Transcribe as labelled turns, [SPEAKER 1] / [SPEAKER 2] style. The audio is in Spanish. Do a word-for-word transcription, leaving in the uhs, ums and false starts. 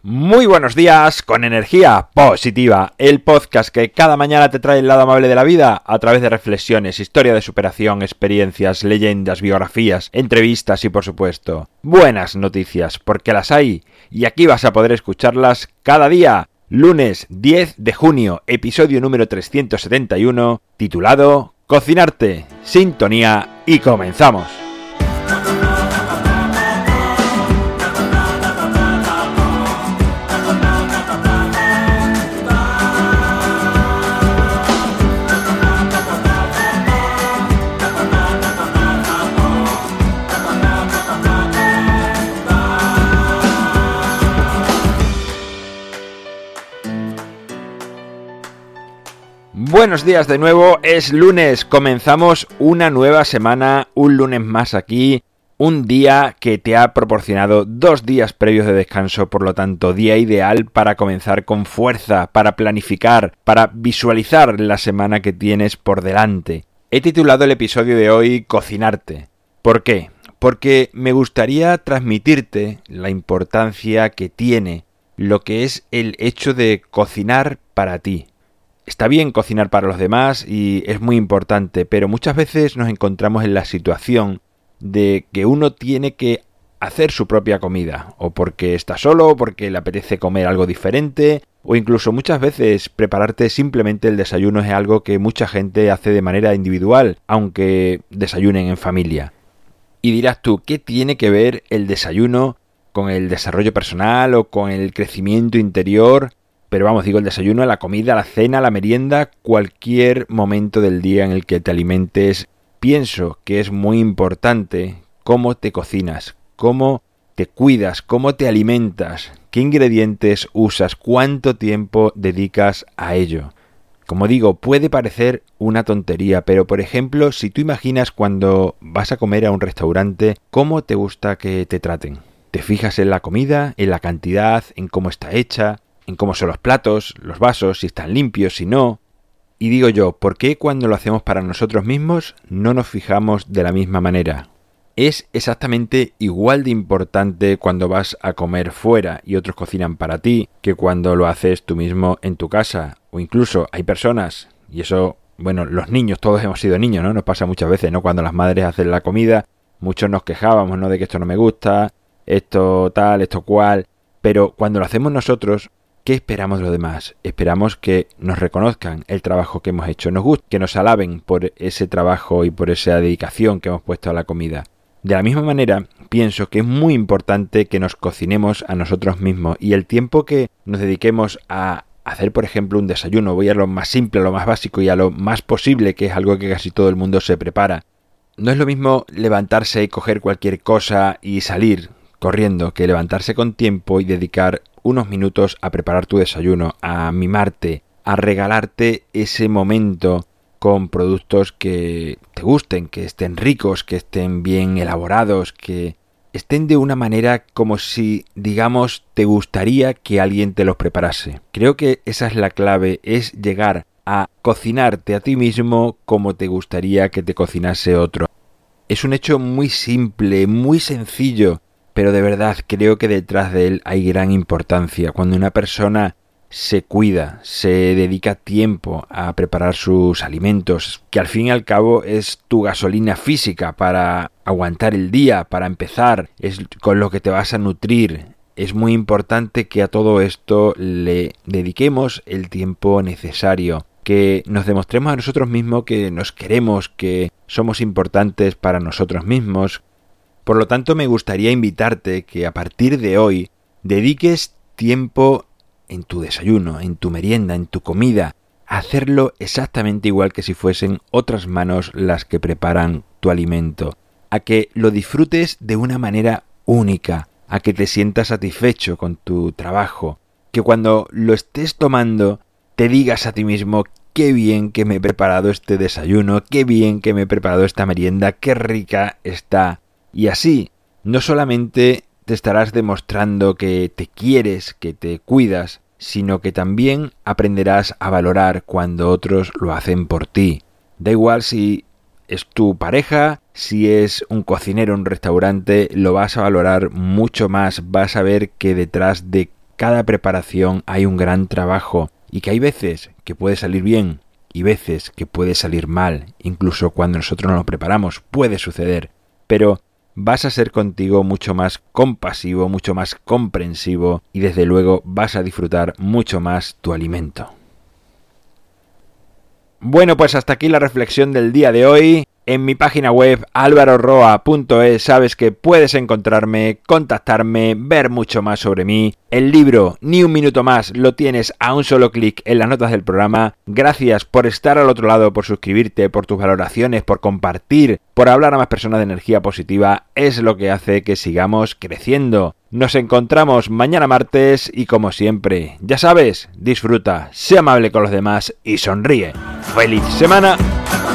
[SPEAKER 1] Muy buenos días con energía positiva, el podcast que cada mañana te trae el lado amable de la vida a través de reflexiones, historia de superación, experiencias, leyendas, biografías, entrevistas y por supuesto, buenas noticias, porque las hay y aquí vas a poder escucharlas cada día. Lunes diez de junio, episodio número trescientos setenta y uno, titulado Cocinarte, sintonía y comenzamos. Buenos días de nuevo, es lunes, comenzamos una nueva semana, un lunes más aquí, un día que te ha proporcionado dos días previos de descanso, por lo tanto, día ideal para comenzar con fuerza, para planificar, para visualizar la semana que tienes por delante. He titulado el episodio de hoy Cocinarte. ¿Por qué? Porque me gustaría transmitirte la importancia que tiene lo que es el hecho de cocinar para ti. Está bien cocinar para los demás y es muy importante, pero muchas veces nos encontramos en la situación de que uno tiene que hacer su propia comida, o porque está solo, o porque le apetece comer algo diferente, o incluso muchas veces prepararte simplemente el desayuno es algo que mucha gente hace de manera individual, aunque desayunen en familia. Y dirás tú, ¿qué tiene que ver el desayuno con el desarrollo personal o con el crecimiento interior? Pero vamos, digo el desayuno, la comida, la cena, la merienda, cualquier momento del día en el que te alimentes. Pienso que es muy importante cómo te cocinas, cómo te cuidas, cómo te alimentas, qué ingredientes usas, cuánto tiempo dedicas a ello. Como digo, puede parecer una tontería, pero por ejemplo, si tú imaginas cuando vas a comer a un restaurante, ¿cómo te gusta que te traten? ¿Te fijas en la comida, en la cantidad, en cómo está hecha, en cómo son los platos, los vasos, si están limpios, si no? Y digo yo, ¿por qué cuando lo hacemos para nosotros mismos no nos fijamos de la misma manera? Es exactamente igual de importante cuando vas a comer fuera y otros cocinan para ti que cuando lo haces tú mismo en tu casa. O incluso hay personas, y eso, bueno, los niños, todos hemos sido niños, ¿no? Nos pasa muchas veces, ¿no? Cuando las madres hacen la comida, muchos nos quejábamos, ¿no? De que esto no me gusta, esto tal, esto cual. Pero cuando lo hacemos nosotros, ¿qué esperamos de los demás? Esperamos que nos reconozcan el trabajo que hemos hecho, nos gusta, que nos alaben por ese trabajo y por esa dedicación que hemos puesto a la comida. De la misma manera, pienso que es muy importante que nos cocinemos a nosotros mismos y el tiempo que nos dediquemos a hacer, por ejemplo, un desayuno, voy a lo más simple, a lo más básico y a lo más posible, que es algo que casi todo el mundo se prepara. No es lo mismo levantarse y coger cualquier cosa y salir corriendo que levantarse con tiempo y dedicar unos minutos a preparar tu desayuno, a mimarte, a regalarte ese momento con productos que te gusten, que estén ricos, que estén bien elaborados, que estén de una manera como si, digamos, te gustaría que alguien te los preparase. Creo que esa es la clave, es llegar a cocinarte a ti mismo como te gustaría que te cocinase otro. Es un hecho muy simple, muy sencillo, pero de verdad creo que detrás de él hay gran importancia. Cuando una persona se cuida, se dedica tiempo a preparar sus alimentos, que al fin y al cabo es tu gasolina física para aguantar el día, para empezar, es con lo que te vas a nutrir. Es muy importante que a todo esto le dediquemos el tiempo necesario, que nos demostremos a nosotros mismos que nos queremos, que somos importantes para nosotros mismos. Por lo tanto, me gustaría invitarte que a partir de hoy dediques tiempo en tu desayuno, en tu merienda, en tu comida, a hacerlo exactamente igual que si fuesen otras manos las que preparan tu alimento, a que lo disfrutes de una manera única, a que te sientas satisfecho con tu trabajo, que cuando lo estés tomando te digas a ti mismo qué bien que me he preparado este desayuno, qué bien que me he preparado esta merienda, qué rica está. Y así, no solamente te estarás demostrando que te quieres, que te cuidas, sino que también aprenderás a valorar cuando otros lo hacen por ti. Da igual si es tu pareja, si es un cocinero en un restaurante, lo vas a valorar mucho más, vas a ver que detrás de cada preparación hay un gran trabajo y que hay veces que puede salir bien y veces que puede salir mal, incluso cuando nosotros nos lo preparamos, puede suceder, pero vas a ser contigo mucho más compasivo, mucho más comprensivo y desde luego vas a disfrutar mucho más tu alimento. Bueno, pues hasta aquí la reflexión del día de hoy. En mi página web alvaro roa punto es sabes que puedes encontrarme, contactarme, ver mucho más sobre mí. El libro Ni un minuto más lo tienes a un solo clic en las notas del programa. Gracias por estar al otro lado, por suscribirte, por tus valoraciones, por compartir, por hablar a más personas de energía positiva. Es lo que hace que sigamos creciendo. Nos encontramos mañana martes y como siempre, ya sabes, disfruta, sé amable con los demás y sonríe. ¡Feliz semana!